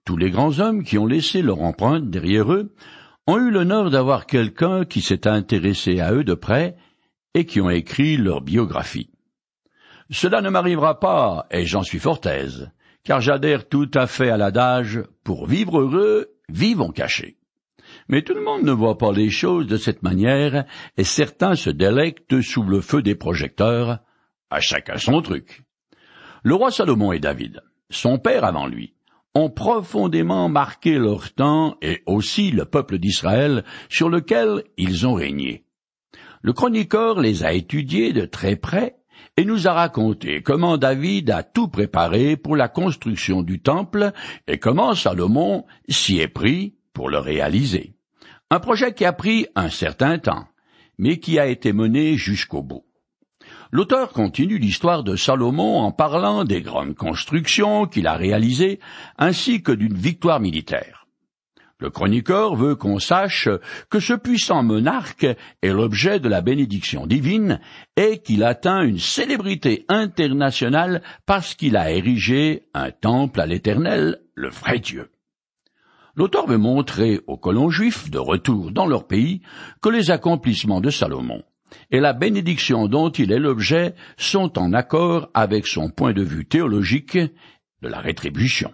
Tous les grands hommes qui ont laissé leur empreinte derrière eux ont eu l'honneur d'avoir quelqu'un qui s'est intéressé à eux de près et qui ont écrit leur biographie. Cela ne m'arrivera pas, et j'en suis fort aise, car j'adhère tout à fait à l'adage « pour vivre heureux, vivons cachés ». Mais tout le monde ne voit pas les choses de cette manière, et certains se délectent sous le feu des projecteurs, à chacun son truc. Le roi Salomon et David, son père avant lui, ont profondément marqué leur temps et aussi le peuple d'Israël sur lequel ils ont régné. Le chroniqueur les a étudiés de très près et nous a raconté comment David a tout préparé pour la construction du temple et comment Salomon s'y est pris pour le réaliser. Un projet qui a pris un certain temps, mais qui a été mené jusqu'au bout. L'auteur continue l'histoire de Salomon en parlant des grandes constructions qu'il a réalisées, ainsi que d'une victoire militaire. Le chroniqueur veut qu'on sache que ce puissant monarque est l'objet de la bénédiction divine et qu'il atteint une célébrité internationale parce qu'il a érigé un temple à l'Éternel, le vrai Dieu. L'auteur veut montrer aux colons juifs de retour dans leur pays que les accomplissements de Salomon et la bénédiction dont il est l'objet sont en accord avec son point de vue théologique de la rétribution.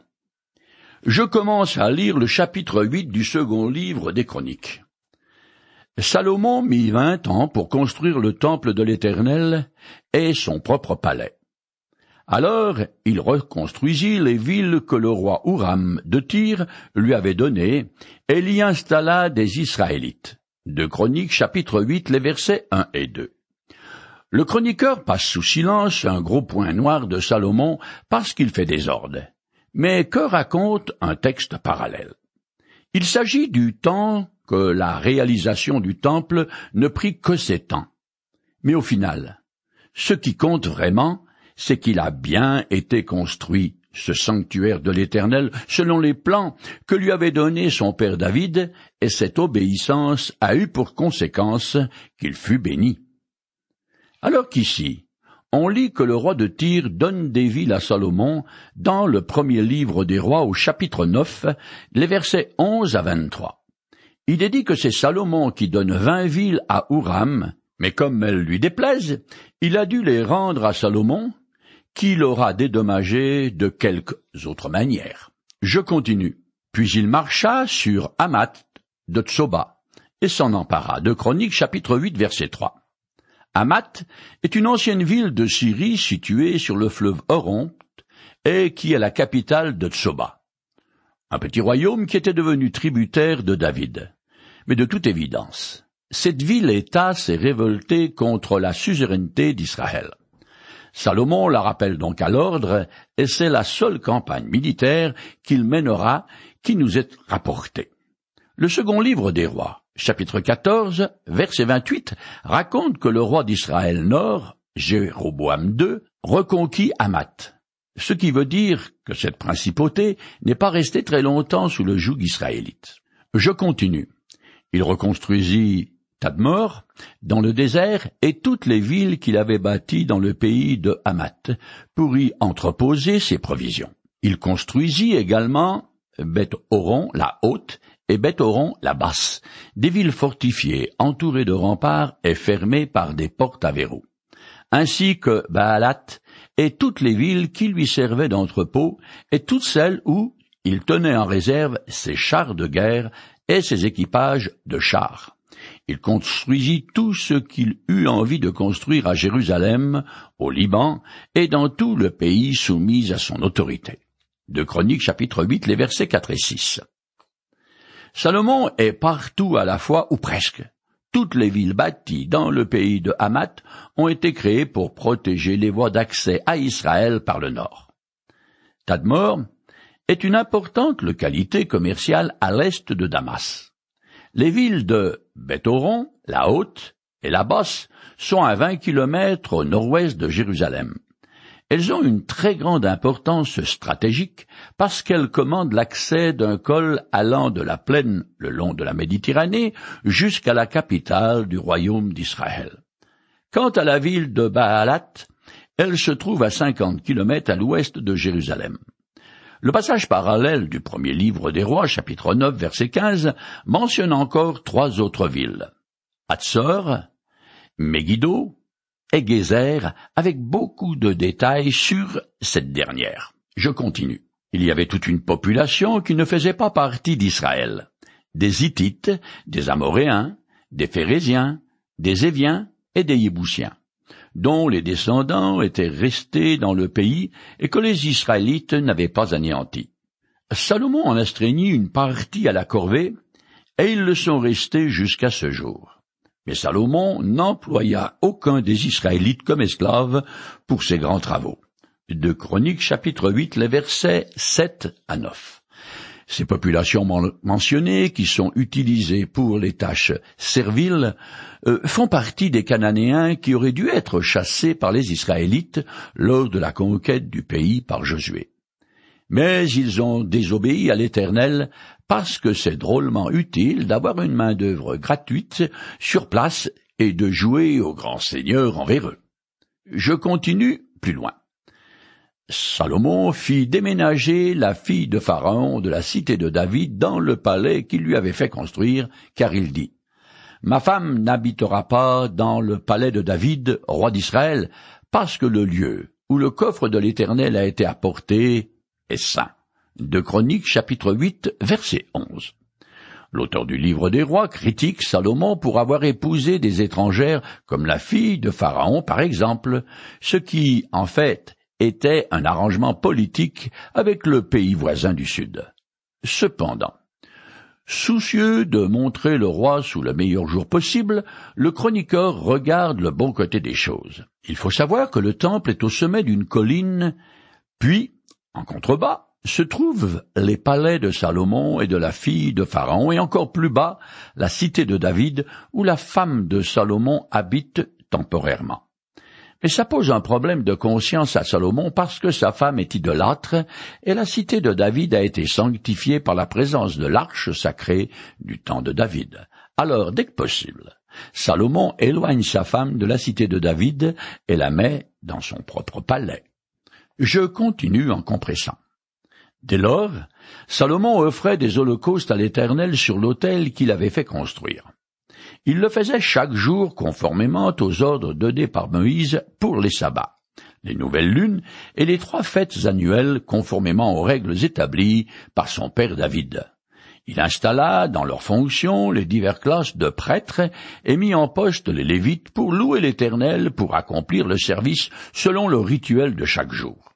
Je commence à lire le chapitre 8 du second livre des Chroniques. Salomon mit 20 ans pour construire le temple de l'Éternel et son propre palais. Alors il reconstruisit les villes que le roi Huram de Tyr lui avait données et il y installa des Israélites. De Chroniques chapitre 8, les versets 1 et 2. Le chroniqueur passe sous silence un gros point noir de Salomon parce qu'il fait désordre. Mais que raconte un texte parallèle? Il s'agit du temps que la réalisation du temple ne prit que 7 ans. Mais au final, ce qui compte vraiment, c'est qu'il a bien été construit, ce sanctuaire de l'Éternel, selon les plans que lui avait donnés son père David, et cette obéissance a eu pour conséquence qu'il fut béni. Alors qu'ici, on lit que le roi de Tyr donne des villes à Salomon dans le premier livre des rois au chapitre 9, les versets 11 à 23. Il est dit que c'est Salomon qui donne 20 villes à Huram, mais comme elles lui déplaisent, il a dû les rendre à Salomon, qui l'aura dédommagé de quelques autres manières. Je continue. Puis il marcha sur Hamath de Tsoba, et s'en empara. De Chroniques chapitre 8, verset 3. Hamath est une ancienne ville de Syrie située sur le fleuve Oronte et qui est la capitale de Tsoba. Un petit royaume qui était devenu tributaire de David. Mais de toute évidence, cette ville-État s'est révoltée contre la suzeraineté d'Israël. Salomon la rappelle donc à l'ordre, et c'est la seule campagne militaire qu'il mènera qui nous est rapportée. Le second livre des rois, chapitre 14, verset 28, raconte que le roi d'Israël Nord, Jéroboam II, reconquit Hamath, ce qui veut dire que cette principauté n'est pas restée très longtemps sous le joug israélite. Je continue. Il reconstruisit Tadmor, dans le désert, et toutes les villes qu'il avait bâties dans le pays de Hamath, pour y entreposer ses provisions. Il construisit également Beth-Horon, la haute, et Beth-Horon, la basse, des villes fortifiées, entourées de remparts et fermées par des portes à verrous, ainsi que Baalat, et toutes les villes qui lui servaient d'entrepôt, et toutes celles où il tenait en réserve ses chars de guerre et ses équipages de chars. Il construisit tout ce qu'il eut envie de construire à Jérusalem, au Liban, et dans tout le pays soumis à son autorité. De Chroniques chapitre 8, les versets 4 et 6. Salomon est partout à la fois, ou presque. Toutes les villes bâties dans le pays de Hamath ont été créées pour protéger les voies d'accès à Israël par le nord. Tadmor est une importante localité commerciale à l'est de Damas. Les villes de Beth-Horon, la haute, et la basse sont à 20 kilomètres au nord-ouest de Jérusalem. Elles ont une très grande importance stratégique parce qu'elles commandent l'accès d'un col allant de la plaine le long de la Méditerranée jusqu'à la capitale du royaume d'Israël. Quant à la ville de Baalat, elle se trouve à 50 kilomètres à l'ouest de Jérusalem. Le passage parallèle du premier livre des Rois, chapitre 9, verset 15, mentionne encore 3 autres villes. Hatzor, Megiddo et Gézer, avec beaucoup de détails sur cette dernière. Je continue. Il y avait toute une population qui ne faisait pas partie d'Israël. Des Hittites, des Amoréens, des Phérésiens, des Éviens et des Yébousiens, dont les descendants étaient restés dans le pays et que les Israélites n'avaient pas anéanti. Salomon en astreignit une partie à la corvée, et ils le sont restés jusqu'à ce jour. Mais Salomon n'employa aucun des Israélites comme esclaves pour ses grands travaux. 2 Chroniques, chapitre 8, les versets 7 à 9. Ces populations mentionnées, qui sont utilisées pour les tâches serviles, font partie des Cananéens qui auraient dû être chassés par les Israélites lors de la conquête du pays par Josué. Mais ils ont désobéi à l'Éternel parce que c'est drôlement utile d'avoir une main-d'œuvre gratuite sur place et de jouer au grand Seigneur envers eux. Je continue plus loin. Salomon fit déménager la fille de Pharaon de la cité de David dans le palais qu'il lui avait fait construire, car il dit « Ma femme n'habitera pas dans le palais de David, roi d'Israël, parce que le lieu où le coffre de l'Éternel a été apporté est saint. » 2 Chroniques, chapitre 8, verset 11. L'auteur du livre des Rois critique Salomon pour avoir épousé des étrangères comme la fille de Pharaon, par exemple, ce qui, en fait, était un arrangement politique avec le pays voisin du Sud. Cependant, soucieux de montrer le roi sous le meilleur jour possible, le chroniqueur regarde le bon côté des choses. Il faut savoir que le temple est au sommet d'une colline, puis, en contrebas, se trouvent les palais de Salomon et de la fille de Pharaon, et encore plus bas, la cité de David, où la femme de Salomon habite temporairement. Mais ça pose un problème de conscience à Salomon parce que sa femme est idolâtre et la cité de David a été sanctifiée par la présence de l'arche sacrée du temps de David. Alors, dès que possible, Salomon éloigne sa femme de la cité de David et la met dans son propre palais. Je continue en compressant. Dès lors, Salomon offrait des holocaustes à l'Éternel sur l'autel qu'il avait fait construire. Il le faisait chaque jour conformément aux ordres donnés par Moïse pour les sabbats, les nouvelles lunes et les 3 fêtes annuelles conformément aux règles établies par son père David. Il installa dans leurs fonctions les diverses classes de prêtres et mit en poste les Lévites pour louer l'Éternel pour accomplir le service selon le rituel de chaque jour.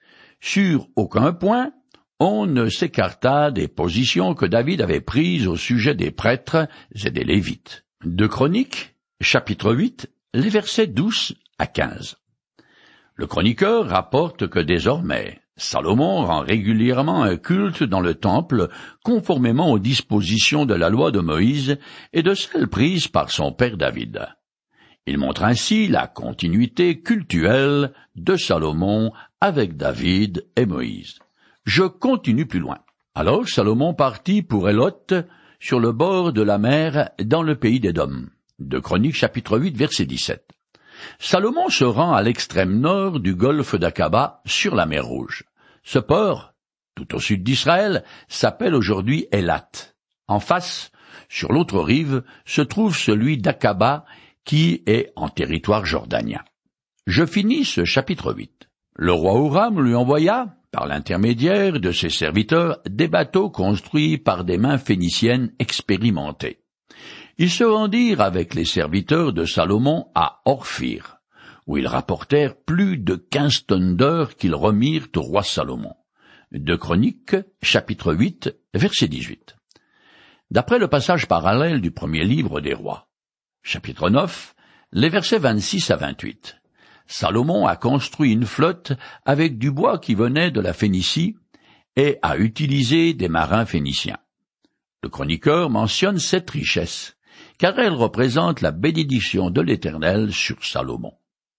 Sur aucun point, on ne s'écarta des positions que David avait prises au sujet des prêtres et des Lévites. 2 Chroniques, chapitre 8, les versets 12 à 15. Le chroniqueur rapporte que désormais, Salomon rend régulièrement un culte dans le temple conformément aux dispositions de la loi de Moïse et de celles prises par son père David. Il montre ainsi la continuité cultuelle de Salomon avec David et Moïse. Je continue plus loin. Alors Salomon partit pour Éloth, sur le bord de la mer, dans le pays d'Édom. 2 Chroniques, chapitre 8, verset 17. Salomon se rend à l'extrême nord du golfe d'Aqaba, sur la mer Rouge. Ce port, tout au sud d'Israël, s'appelle aujourd'hui Élat. En face, sur l'autre rive, se trouve celui d'Aqaba, qui est en territoire jordanien. Je finis ce chapitre 8. Le roi Huram lui envoya, par l'intermédiaire de ses serviteurs, des bateaux construits par des mains phéniciennes expérimentées. Ils se rendirent avec les serviteurs de Salomon à Orphir, où ils rapportèrent plus de 15 tonnes d'or qu'ils remirent au roi Salomon. 2 Chroniques, chapitre 8, verset 18. D'après le passage parallèle du premier livre des Rois, chapitre 9, les versets 26 à 28. Salomon a construit une flotte avec du bois qui venait de la Phénicie et a utilisé des marins phéniciens. Le chroniqueur mentionne cette richesse, car elle représente la bénédiction de l'Éternel sur Salomon.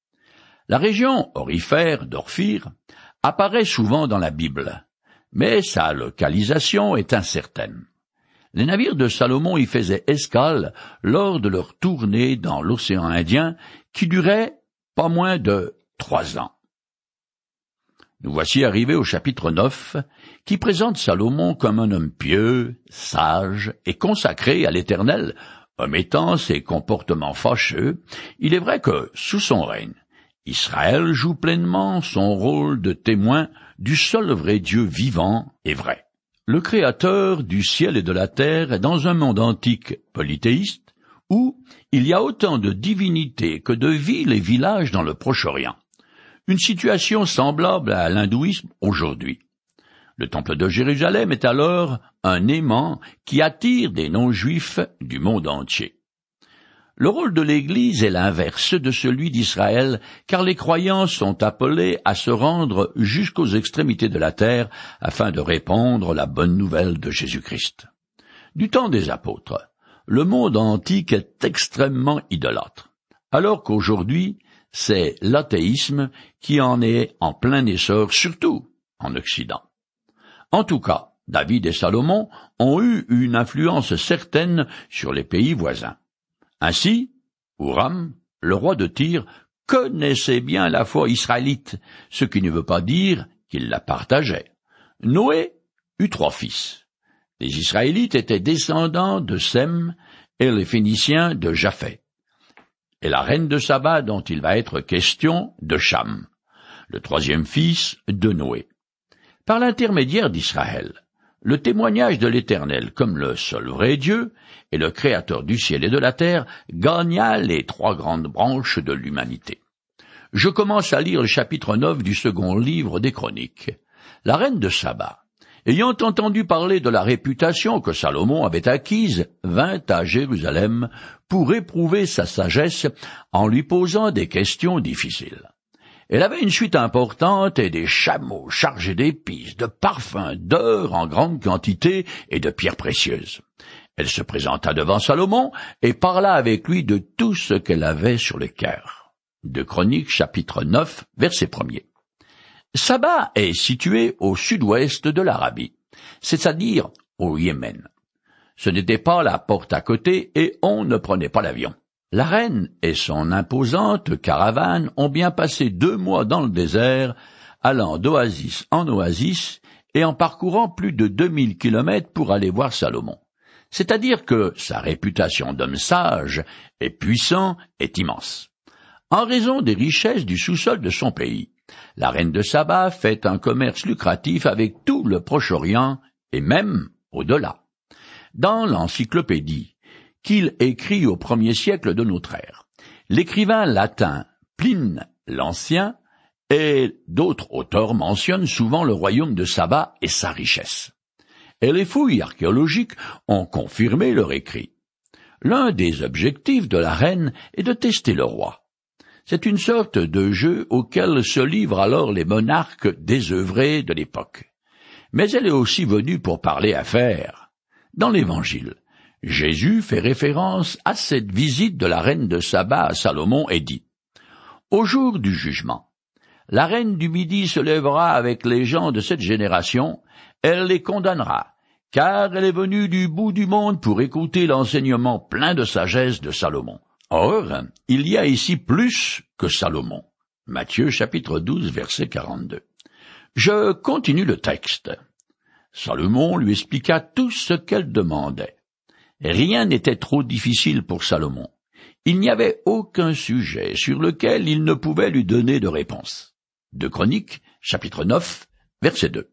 La région aurifère d'Orphir apparaît souvent dans la Bible, mais sa localisation est incertaine. Les navires de Salomon y faisaient escale lors de leur tournée dans l'océan Indien, qui durait pas moins de 3 ans. Nous voici arrivés au chapitre 9, qui présente Salomon comme un homme pieux, sage et consacré à l'Éternel. Omettant ses comportements fâcheux, il est vrai que, sous son règne, Israël joue pleinement son rôle de témoin du seul vrai Dieu vivant et vrai. Le Créateur du ciel et de la terre est dans un monde antique polythéiste, où il y a autant de divinités que de villes et villages dans le Proche-Orient. Une situation semblable à l'hindouisme aujourd'hui. Le temple de Jérusalem est alors un aimant qui attire des non-juifs du monde entier. Le rôle de l'Église est l'inverse de celui d'Israël, car les croyants sont appelés à se rendre jusqu'aux extrémités de la terre afin de répandre la bonne nouvelle de Jésus-Christ. Du temps des apôtres, le monde antique est extrêmement idolâtre, alors qu'aujourd'hui, c'est l'athéisme qui en est en plein essor, surtout en Occident. En tout cas, David et Salomon ont eu une influence certaine sur les pays voisins. Ainsi, Huram, le roi de Tyr, connaissait bien la foi israélite, ce qui ne veut pas dire qu'il la partageait. Noé eut 3 fils. Les Israélites étaient descendants de Sem et les Phéniciens de Japheth. Et la reine de Saba dont il va être question de Cham, le 3e fils de Noé. Par l'intermédiaire d'Israël, le témoignage de l'Éternel comme le seul vrai Dieu et le Créateur du ciel et de la terre gagna les 3 grandes branches de l'humanité. Je commence à lire le chapitre 9 du second livre des Chroniques. La reine de Saba, ayant entendu parler de la réputation que Salomon avait acquise, vint à Jérusalem pour éprouver sa sagesse en lui posant des questions difficiles. Elle avait une suite importante et des chameaux chargés d'épices, de parfums, d'or en grande quantité et de pierres précieuses. Elle se présenta devant Salomon et parla avec lui de tout ce qu'elle avait sur le cœur. De Chroniques, chapitre 9, verset 1er. Saba est situé au sud-ouest de l'Arabie, c'est-à-dire au Yémen. Ce n'était pas la porte à côté et on ne prenait pas l'avion. La reine et son imposante caravane ont bien passé 2 mois dans le désert, allant d'oasis en oasis et en parcourant plus de 2000 kilomètres pour aller voir Salomon. C'est-à-dire que sa réputation d'homme sage et puissant est immense. En raison des richesses du sous-sol de son pays, la reine de Saba fait un commerce lucratif avec tout le Proche-Orient et même au-delà. Dans l'encyclopédie qu'il écrit au 1er siècle de notre ère, l'écrivain latin Pline l'Ancien et d'autres auteurs mentionnent souvent le royaume de Saba et sa richesse. Et les fouilles archéologiques ont confirmé leur écrit. L'un des objectifs de la reine est de tester le roi. C'est une sorte de jeu auquel se livrent alors les monarques désœuvrés de l'époque. Mais elle est aussi venue pour parler affaires. Dans l'Évangile, Jésus fait référence à cette visite de la reine de Saba à Salomon et dit « Au jour du jugement, la reine du Midi se lèvera avec les gens de cette génération, elle les condamnera, car elle est venue du bout du monde pour écouter l'enseignement plein de sagesse de Salomon. Or, il y a ici plus que Salomon. » Matthieu chapitre 12, verset 42. Je continue le texte. Salomon lui expliqua tout ce qu'elle demandait. Rien n'était trop difficile pour Salomon. Il n'y avait aucun sujet sur lequel il ne pouvait lui donner de réponse. De Chroniques, chapitre 9, verset 2.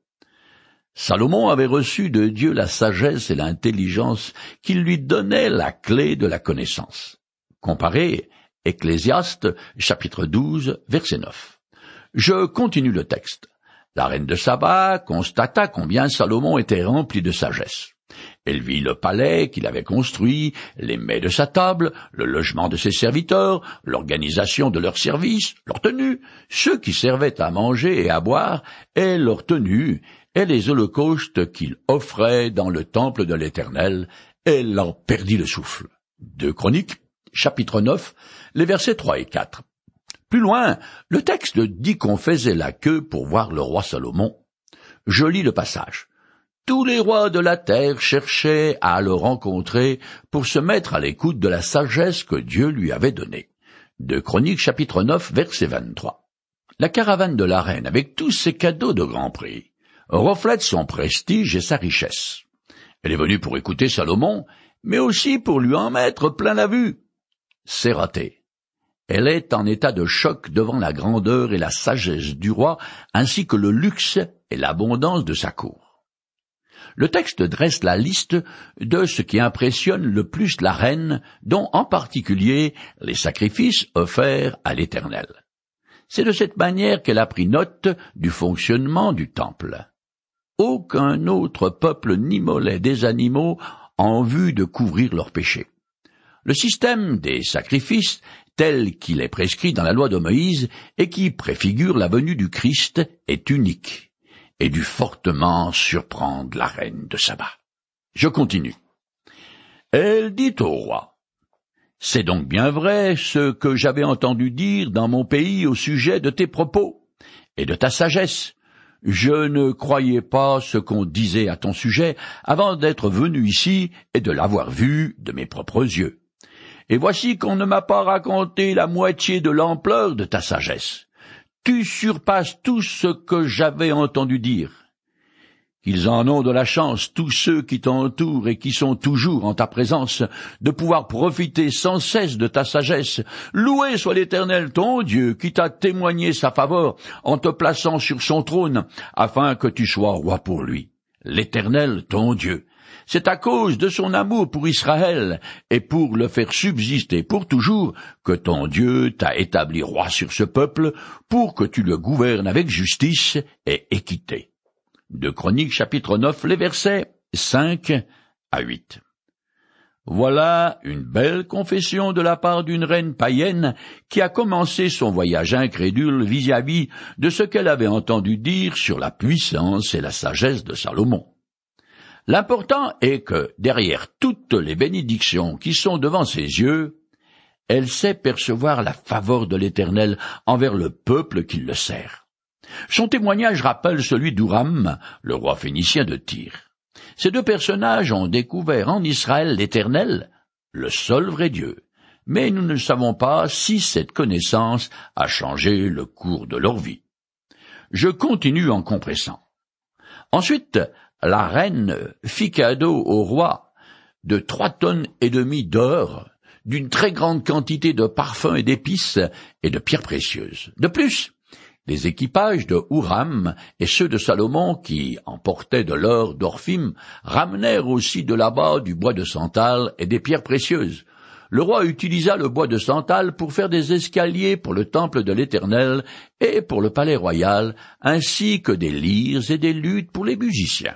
Salomon avait reçu de Dieu la sagesse et l'intelligence qui lui donnaient la clé de la connaissance. Comparez Ecclésiaste, chapitre 12, verset 9. Je continue le texte. La reine de Saba constata combien Salomon était rempli de sagesse. Elle vit le palais qu'il avait construit, les mets de sa table, le logement de ses serviteurs, l'organisation de leurs services, leur tenue, ceux qui servaient à manger et à boire, et leur tenue, et les holocaustes qu'il offrait dans le temple de l'Éternel. Elle en perdit le souffle. 2 Chroniques, chapitre 9, les versets 3 et 4. Plus loin, le texte dit qu'on faisait la queue pour voir le roi Salomon. Je lis le passage. Tous les rois de la terre cherchaient à le rencontrer pour se mettre à l'écoute de la sagesse que Dieu lui avait donnée. 2 Chroniques, chapitre 9, verset 23. La caravane de la reine, avec tous ses cadeaux de grand prix, reflète son prestige et sa richesse. Elle est venue pour écouter Salomon, mais aussi pour lui en mettre plein la vue. C'est raté. Elle est en état de choc devant la grandeur et la sagesse du roi, ainsi que le luxe et l'abondance de sa cour. Le texte dresse la liste de ce qui impressionne le plus la reine, dont en particulier les sacrifices offerts à l'Éternel. C'est de cette manière qu'elle a pris note du fonctionnement du temple. Aucun autre peuple n'immolait des animaux en vue de couvrir leurs péchés. Le système des sacrifices, tel qu'il est prescrit dans la loi de Moïse et qui préfigure la venue du Christ, est unique et dut fortement surprendre la reine de Saba. Je continue. Elle dit au roi: « C'est donc bien vrai ce que j'avais entendu dire dans mon pays au sujet de tes propos et de ta sagesse. Je ne croyais pas ce qu'on disait à ton sujet avant d'être venu ici et de l'avoir vu de mes propres yeux. Et voici qu'on ne m'a pas raconté la moitié de l'ampleur de ta sagesse. Tu surpasses tout ce que j'avais entendu dire. Qu'ils en ont de la chance, tous ceux qui t'entourent et qui sont toujours en ta présence, de pouvoir profiter sans cesse de ta sagesse. Loué soit l'Éternel ton Dieu, qui t'a témoigné sa faveur en te plaçant sur son trône, afin que tu sois roi pour lui. L'Éternel ton Dieu. C'est à cause de son amour pour Israël et pour le faire subsister pour toujours que ton Dieu t'a établi roi sur ce peuple pour que tu le gouvernes avec justice et équité. 2 Chroniques chapitre 9, les versets 5 à 8. Voilà une belle confession de la part d'une reine païenne qui a commencé son voyage incrédule vis-à-vis de ce qu'elle avait entendu dire sur la puissance et la sagesse de Salomon. L'important est que, derrière toutes les bénédictions qui sont devant ses yeux, elle sait percevoir la faveur de l'Éternel envers le peuple qui le sert. Son témoignage rappelle celui d'Huram, le roi phénicien de Tyr. Ces deux personnages ont découvert en Israël l'Éternel, le seul vrai Dieu, mais nous ne savons pas si cette connaissance a changé le cours de leur vie. Je continue en compressant. Ensuite, la reine fit cadeau au roi de 3,5 tonnes d'or, d'une très grande quantité de parfums et d'épices et de pierres précieuses. De plus, les équipages de Huram et ceux de Salomon qui emportaient de l'or d'Orphim ramenèrent aussi de là-bas du bois de santal et des pierres précieuses. Le roi utilisa le bois de santal pour faire des escaliers pour le temple de l'Éternel et pour le palais royal, ainsi que des lyres et des luttes pour les musiciens.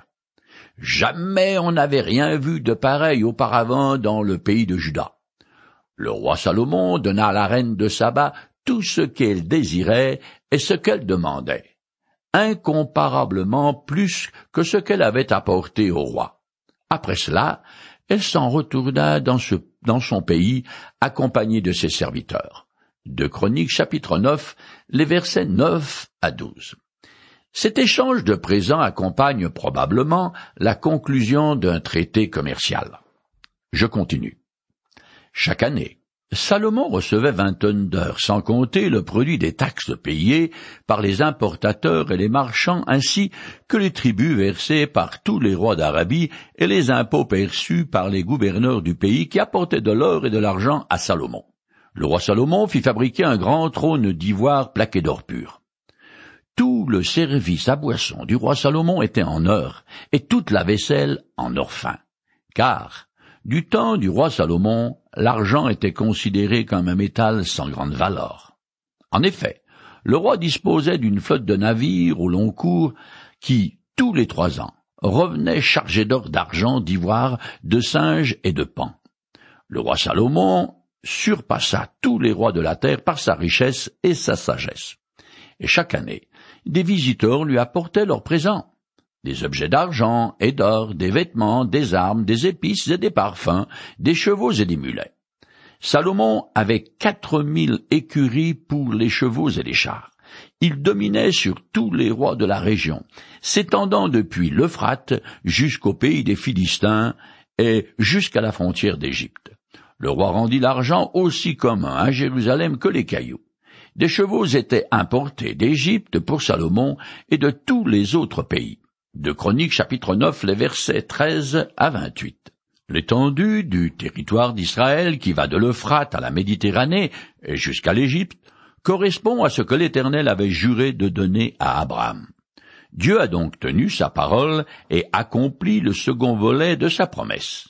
Jamais on n'avait rien vu de pareil auparavant dans le pays de Juda. Le roi Salomon donna à la reine de Saba tout ce qu'elle désirait et ce qu'elle demandait, incomparablement plus que ce qu'elle avait apporté au roi. Après cela, elle s'en retourna dans son pays, accompagnée de ses serviteurs. 2 Chroniques chapitre 9, les versets 9 à 12. Cet échange de présents accompagne probablement la conclusion d'un traité commercial. Je continue. Chaque année, Salomon recevait 20 tonnes d'or, sans compter le produit des taxes payées par les importateurs et les marchands, ainsi que les tribus versées par tous les rois d'Arabie et les impôts perçus par les gouverneurs du pays qui apportaient de l'or et de l'argent à Salomon. Le roi Salomon fit fabriquer un grand trône d'ivoire plaqué d'or pur. Tout le service à boisson du roi Salomon était en or, et toute la vaisselle en or fin. Car, du temps du roi Salomon, l'argent était considéré comme un métal sans grande valeur. En effet, le roi disposait d'une flotte de navires au long cours qui, tous les 3 ans, revenaient chargés d'or, d'argent, d'ivoire, de singes et de paons. Le roi Salomon surpassa tous les rois de la terre par sa richesse et sa sagesse. Et chaque année, des visiteurs lui apportaient leurs présents, des objets d'argent et d'or, des vêtements, des armes, des épices et des parfums, des chevaux et des mulets. Salomon avait 4000 écuries pour les chevaux et les chars. Il dominait sur tous les rois de la région, s'étendant depuis l'Euphrate jusqu'au pays des Philistins et jusqu'à la frontière d'Égypte. Le roi rendit l'argent aussi commun à Jérusalem que les cailloux. Des chevaux étaient importés d'Égypte pour Salomon et de tous les autres pays. 2 Chroniques chapitre 9, les versets 13 à 28. L'étendue du territoire d'Israël qui va de l'Euphrate à la Méditerranée et jusqu'à l'Égypte correspond à ce que l'Éternel avait juré de donner à Abraham. Dieu a donc tenu sa parole et accompli le second volet de sa promesse.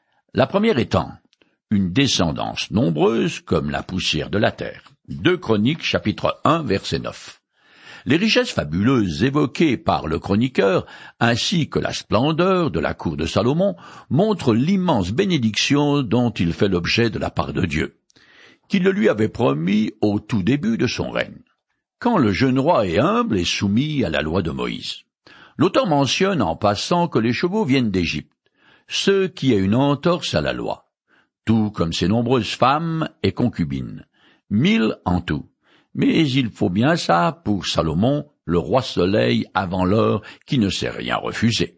La première étant une descendance nombreuse comme la poussière de la terre. 2 Chroniques chapitre 1 verset 9. Les richesses fabuleuses évoquées par le chroniqueur, ainsi que la splendeur de la cour de Salomon, montrent l'immense bénédiction dont il fait l'objet de la part de Dieu, qu'il le lui avait promis au tout début de son règne. Quand le jeune roi est humble et soumis à la loi de Moïse. L'auteur mentionne en passant que les chevaux viennent d'Égypte, ce qui est une entorse à la loi, tout comme ses nombreuses femmes et concubines, 1000 en tout. Mais il faut bien ça pour Salomon, le roi soleil avant l'heure qui ne s'est rien refusé.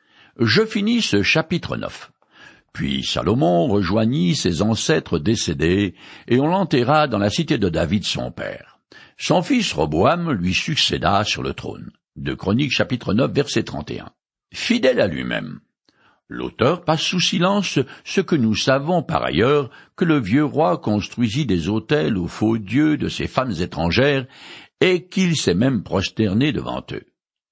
Je finis ce chapitre 9. Puis Salomon rejoignit ses ancêtres décédés, et on l'enterra dans la cité de David son père. Son fils Roboam lui succéda sur le trône. 2 Chroniques chapitre 9 verset 31. Fidèle à lui-même, l'auteur passe sous silence ce que nous savons par ailleurs, que le vieux roi construisit des autels aux faux dieux de ces femmes étrangères, et qu'il s'est même prosterné devant eux.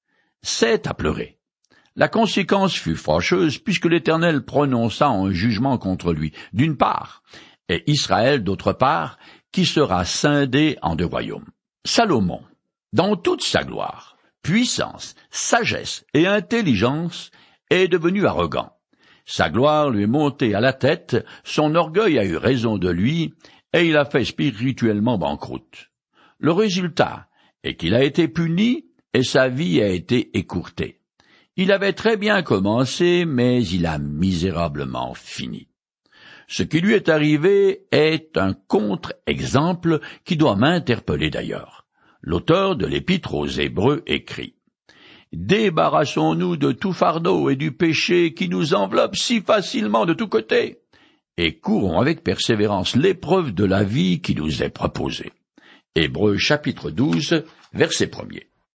C'est à pleurer. La conséquence fut fâcheuse, puisque l'Éternel prononça un jugement contre lui, d'une part, et Israël d'autre part, qui sera scindé en 2 royaumes. Salomon, dans toute sa gloire, puissance, sagesse et intelligence, est devenu arrogant. Sa gloire lui est montée à la tête, son orgueil a eu raison de lui, et il a fait spirituellement banqueroute. Le résultat est qu'il a été puni, et sa vie a été écourtée. Il avait très bien commencé, mais il a misérablement fini. Ce qui lui est arrivé est un contre-exemple qui doit m'interpeller d'ailleurs. L'auteur de l'Épître aux Hébreux écrit: « Débarrassons-nous de tout fardeau et du péché qui nous enveloppe si facilement de tous côtés, et courons avec persévérance l'épreuve de la vie qui nous est proposée. » Hébreux chapitre 12, verset 1er.